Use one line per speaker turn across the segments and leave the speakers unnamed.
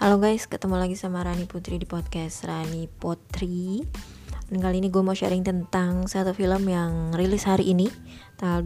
Halo guys, ketemu lagi sama Rani Putri di podcast Rani Putri. Dan kali ini gue mau sharing tentang satu film yang rilis hari ini, tanggal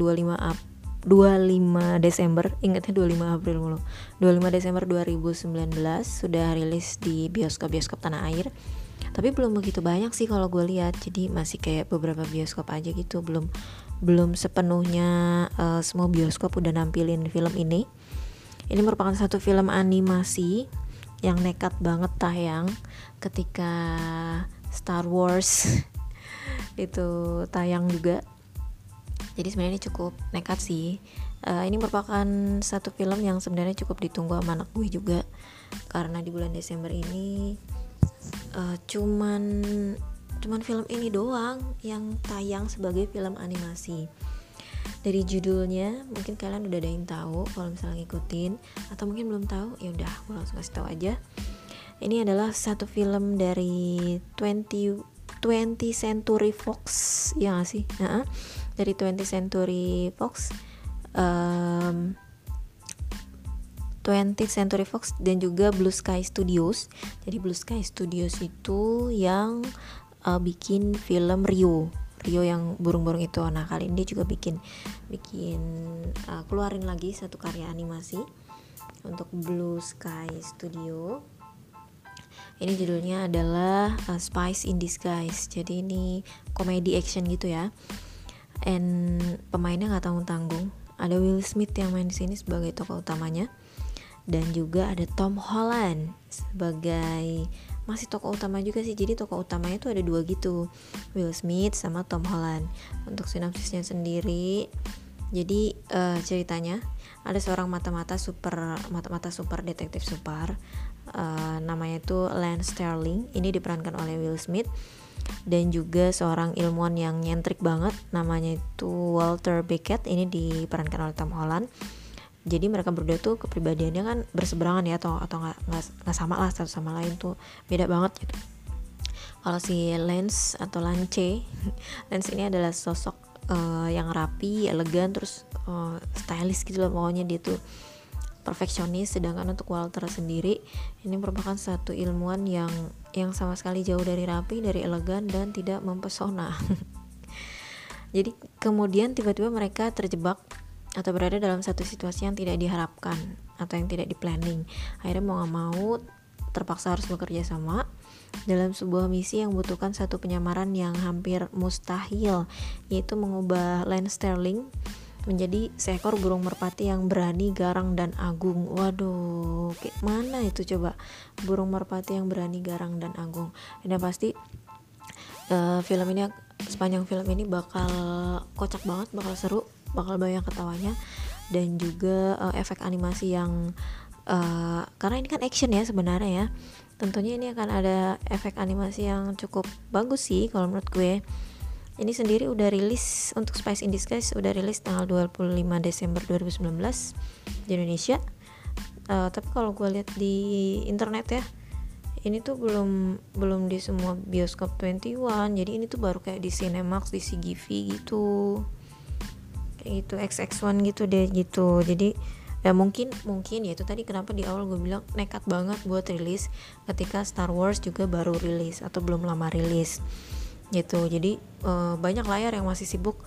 25 Desember, ingatnya 25 April mulu. 25 Desember 2019 sudah rilis di bioskop-bioskop tanah air. Tapi belum begitu banyak sih kalau gue lihat, jadi masih kayak beberapa bioskop aja gitu, belum sepenuhnya semua bioskop udah nampilin film ini. Ini merupakan satu film animasi yang nekat banget tayang ketika Star Wars itu tayang juga. Jadi sebenarnya ini cukup nekat sih. Ini merupakan satu film yang sebenarnya cukup ditunggu sama anak gue juga, karena di bulan Desember ini cuman film ini doang yang tayang sebagai film animasi. Dari judulnya mungkin kalian udah ada yang tahu kalau misalnya ngikutin, atau mungkin belum tahu, ya udah gue langsung kasih tahu aja. Ini adalah satu film dari 20th Century Fox, ya gak sih? Dari 20th Century Fox, 20th Century Fox dan juga Blue Sky Studios. Jadi Blue Sky Studios itu yang bikin film Rio yang burung-burung itu. Nah kali ini dia juga bikin keluarin lagi satu karya animasi untuk Blue Sky Studio. Ini judulnya adalah Spies in Disguise. Jadi ini komedi action gitu ya. And pemainnya nggak tanggung-tanggung. Ada Will Smith yang main di sini sebagai tokoh utamanya, dan juga ada Tom Holland sebagai masih tokoh utama juga sih. Jadi tokoh utamanya tuh ada dua gitu, Will Smith sama Tom Holland. Untuk sinopsisnya sendiri, jadi ceritanya ada seorang mata-mata super detektif super, namanya itu Lance Sterling. Ini diperankan oleh Will Smith, dan juga seorang ilmuwan yang nyentrik banget, namanya itu Walter Beckett. Ini diperankan oleh Tom Holland. Jadi mereka berdua tuh kepribadiannya kan berseberangan ya, atau nggak sama lah, satu sama lain tuh beda banget gitu. Kalau si Lance atau Lance ini adalah sosok yang rapi, elegan, terus stylish gitu loh, pokoknya dia tuh perfeksionis. Sedangkan untuk Walter sendiri, ini merupakan satu ilmuwan yang sama sekali jauh dari rapi, dari elegan, dan tidak mempesona. Jadi kemudian tiba-tiba mereka terjebak atau berada dalam satu situasi yang tidak diharapkan atau yang tidak di-planning. Akhirnya mau gak mau terpaksa harus bekerja sama dalam sebuah misi yang membutuhkan satu penyamaran yang hampir mustahil, yaitu mengubah Lance Sterling menjadi seekor burung merpati yang berani, garang, dan agung. Waduh, kayak mana itu coba burung merpati yang berani, garang, dan agung. Dan pasti film ini, sepanjang film ini bakal kocak banget, bakal seru, bakal banyak ketawanya, dan juga efek animasi yang karena ini kan action ya sebenarnya ya, tentunya ini akan ada efek animasi yang cukup bagus sih kalau menurut gue. Ini sendiri udah rilis untuk Spies in Disguise, udah rilis tanggal 25 Desember 2019 di Indonesia. Tapi kalau gue lihat di internet ya, ini tuh belum di semua bioskop 21. Jadi ini tuh baru kayak di Cinemax, di CGV gitu, kayak gitu, XX1 gitu deh gitu. Jadi ya mungkin ya itu tadi kenapa di awal gue bilang nekat banget buat rilis ketika Star Wars juga baru rilis atau belum lama rilis gitu. Jadi banyak layar yang masih sibuk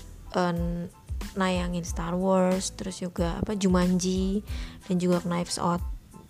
nayangin Star Wars, terus juga Jumanji, dan juga Knives Out.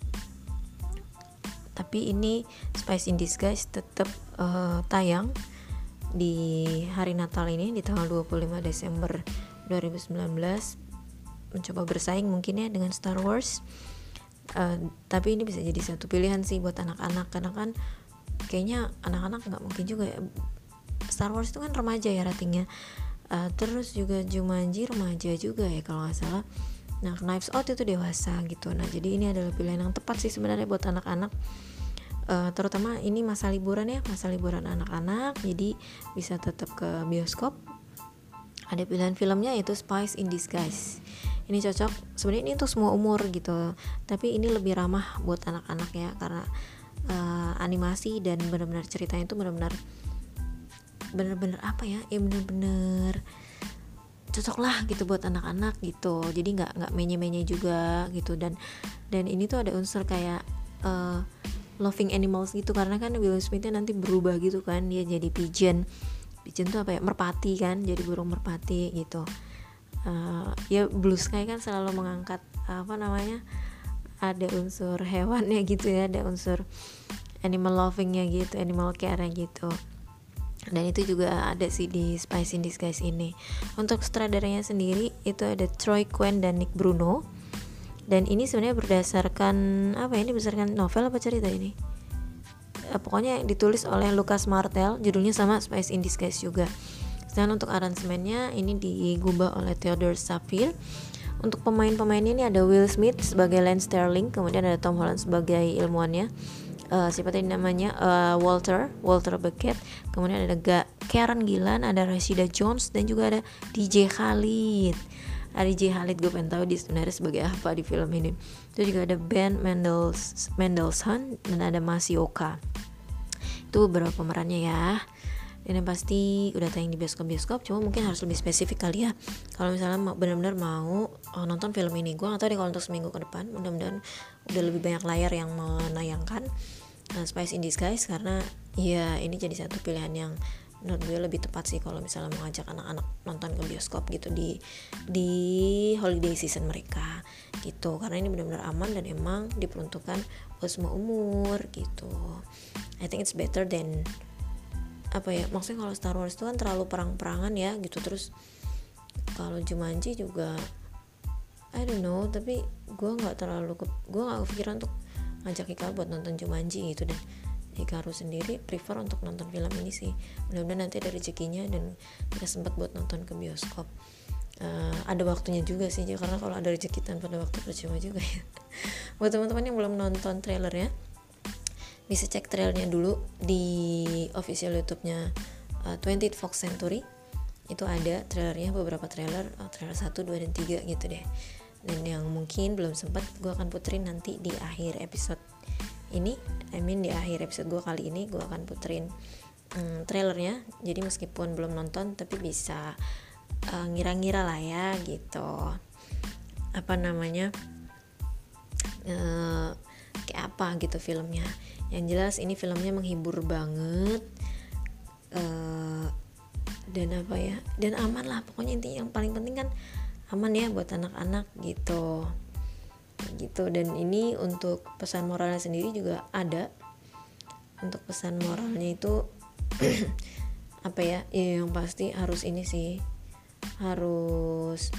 Tapi ini Spies in Disguise tetap tayang di hari Natal ini, di tanggal 25 Desember 2019, mencoba bersaing mungkin ya dengan Star Wars. Tapi ini bisa jadi satu pilihan sih buat anak-anak, karena kan kayaknya anak-anak nggak mungkin juga ya. Star Wars itu kan remaja ya ratingnya, terus juga Jumanji remaja juga ya kalau nggak salah. Nah Knives Out itu dewasa gitu. Nah jadi ini adalah pilihan yang tepat sih sebenarnya buat anak-anak, terutama ini masa liburan anak-anak, jadi bisa tetap ke bioskop. Ada pilihan filmnya yaitu Spies in Disguise. Ini cocok sebenarnya, ini untuk semua umur gitu, tapi ini lebih ramah buat anak-anak ya, karena animasi dan benar-benar ceritanya itu benar-benar apa ya, benar-benar cocok lah gitu buat anak-anak gitu. Jadi nggak menye-menye juga gitu, dan ini tuh ada unsur kayak loving animals gitu, karena kan Will Smithnya nanti berubah gitu kan, dia jadi pigeon tuh apa ya, merpati kan, jadi burung merpati gitu. Ya Blue Sky kan selalu mengangkat apa namanya, ada unsur hewannya gitu ya, ada unsur animal lovingnya gitu, animal care gitu. Dan itu juga ada sih di Spice in Disguise ini. Untuk sutradaranya sendiri itu ada Troy Quinn dan Nick Bruno. Dan ini sebenarnya berdasarkan apa ya, ini berdasarkan novel apa cerita ini? Pokoknya ditulis oleh Lucas Martel, judulnya sama, Spice in Disguise juga. Dan untuk aransemennya ini digubah oleh Theodore Shafir. Untuk pemain-pemainnya ini ada Will Smith sebagai Lance Sterling, kemudian ada Tom Holland sebagai ilmuannya, siapa tadi namanya, Walter Beckett, kemudian ada Karen Gillan, ada Rashida Jones, dan juga ada DJ Khalid. DJ Khalid gue pengen tahu dia sebenarnya sebagai apa di film ini. Itu juga ada Ben Mendelsohn dan ada Masioka. Itu beberapa pemerannya ya. Dan yang pasti udah tayang di bioskop, cuma mungkin harus lebih spesifik kali ya kalau misalnya benar-benar mau nonton film ini. Gue gak tahu deh kalau untuk seminggu ke depan, mudah-mudahan udah lebih banyak layar yang menayangkan Spice in Disguise, karena ya ini jadi satu pilihan yang menurut gue lebih tepat sih kalau misalnya mau ngajak anak-anak nonton ke bioskop gitu di holiday season mereka gitu, karena ini benar-benar aman dan emang diperuntukkan buat semua umur gitu. I think it's better than apa ya, maksudnya kalau Star Wars itu kan terlalu perang-perangan ya gitu. Terus kalau Jumanji juga I don't know, tapi gue nggak kepikiran untuk ngajak Hikaru buat nonton Jumanji gitu. Dan Hikaru sendiri prefer untuk nonton film ini sih. Mudah-mudahan nanti ada rezekinya dan kita sempat buat nonton ke bioskop. Ada waktunya juga sih, karena kalau ada rezeki tanpa ada waktu percuma juga ya. Buat teman-teman yang belum nonton trailernya, bisa cek trailernya dulu di official YouTube-nya 20th Fox Century. Itu ada trailernya, beberapa trailer 1, 2, dan 3 gitu deh. Dan yang mungkin belum sempat, gue akan puterin nanti di akhir episode ini. Di akhir episode gue kali ini gue akan puterin trailernya. Jadi meskipun belum nonton tapi bisa ngira-ngira lah ya gitu, apa namanya, kayak apa gitu filmnya. Yang jelas ini filmnya menghibur banget, dan apa ya, dan aman lah pokoknya. Intinya yang paling penting kan aman ya buat anak-anak gitu. Dan ini untuk pesan moralnya sendiri juga ada. Untuk pesan moralnya itu apa ya, yang pasti harus ini sih, harus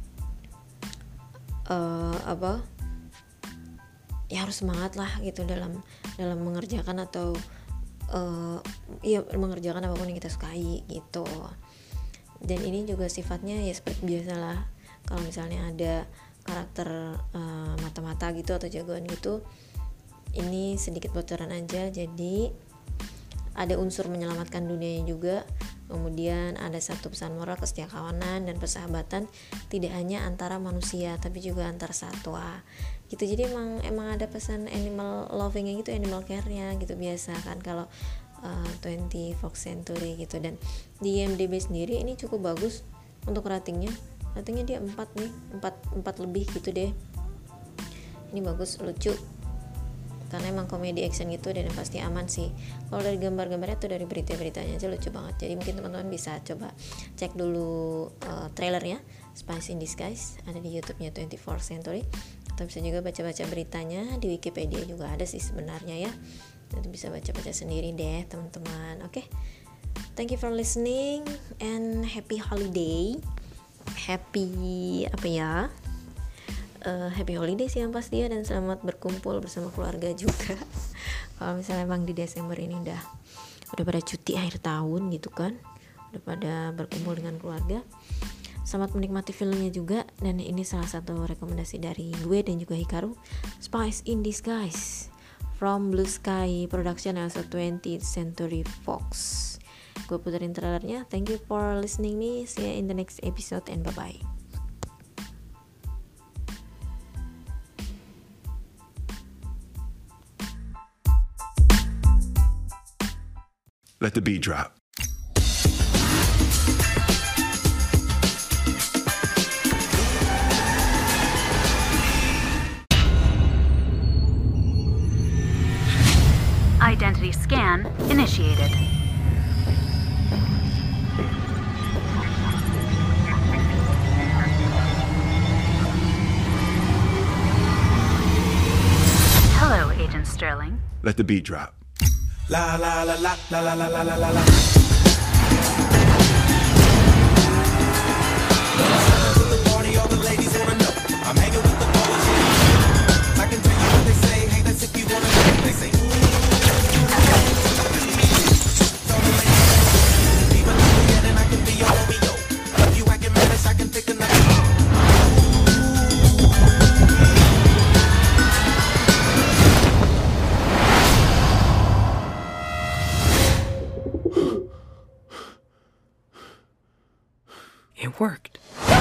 ya harus semangat lah gitu dalam mengerjakan atau mengerjakan apapun yang kita sukai gitu. Dan ini juga sifatnya ya seperti biasalah, kalau misalnya ada karakter mata-mata gitu atau jagoan gitu, ini sedikit bocoran aja. Jadi ada unsur menyelamatkan dunianya juga, kemudian ada satu pesan moral kesetiakawanan dan persahabatan, tidak hanya antara manusia tapi juga antar satwa gitu. Jadi emang ada pesan animal lovingnya gitu, animal care-nya gitu, biasa kan kalau 20 Fox Century gitu. Dan di IMDb sendiri ini cukup bagus untuk ratingnya dia 4 lebih gitu deh. Ini bagus, lucu, karena emang komedi action gitu, dan pasti aman sih. Kalau dari gambar-gambarnya tuh, dari berita-beritanya aja lucu banget. Jadi mungkin teman-teman bisa coba cek dulu trailernya Spice in Disguise, ada di YouTube-nya 24 Century, atau bisa juga baca-baca beritanya di Wikipedia juga ada sih sebenarnya ya. Nanti bisa baca-baca sendiri deh teman-teman. Oke. Thank you for listening and happy holiday. Happy holiday sih yang pasti ya, dan selamat berkumpul bersama keluarga juga. Kalau misalnya emang di Desember ini udah pada cuti akhir tahun gitu kan, udah pada berkumpul dengan keluarga, selamat menikmati filmnya juga. Dan ini salah satu rekomendasi dari gue dan juga Hikaru, Spice in Disguise from Blue Sky Production also 20th Century Fox. Gue puterin trailernya. Thank you for listening me. See you in the next episode and bye-bye.
Let the beat drop.
Scan initiated. Hello, Agent Sterling.
Let the beat drop.
La la la la la la la la la la. Party, all the ladies wanna know. I'm hanging with the boys. I can tell you what they say. Hey, that's if you wanna know. They say. Even though and I can be your Romeo. If you acting mad, I can pick another.
It worked.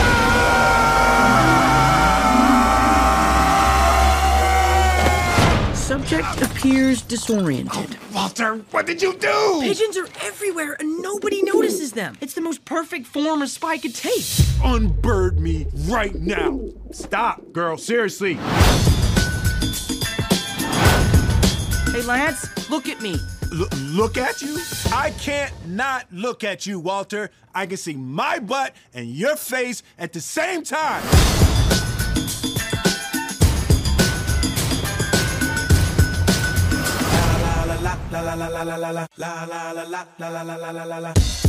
Subject appears disoriented.
Walter, what did you do?
Pigeons are everywhere and nobody notices them. It's the most perfect form a spy could take.
Unbird me right now. Stop, girl, seriously.
Hey, Lance, look at me.
Look at you? I can't not look at you, Walter. I can see my butt and your face at the same time.
La la la la la la la la la la la la la la la la la la la.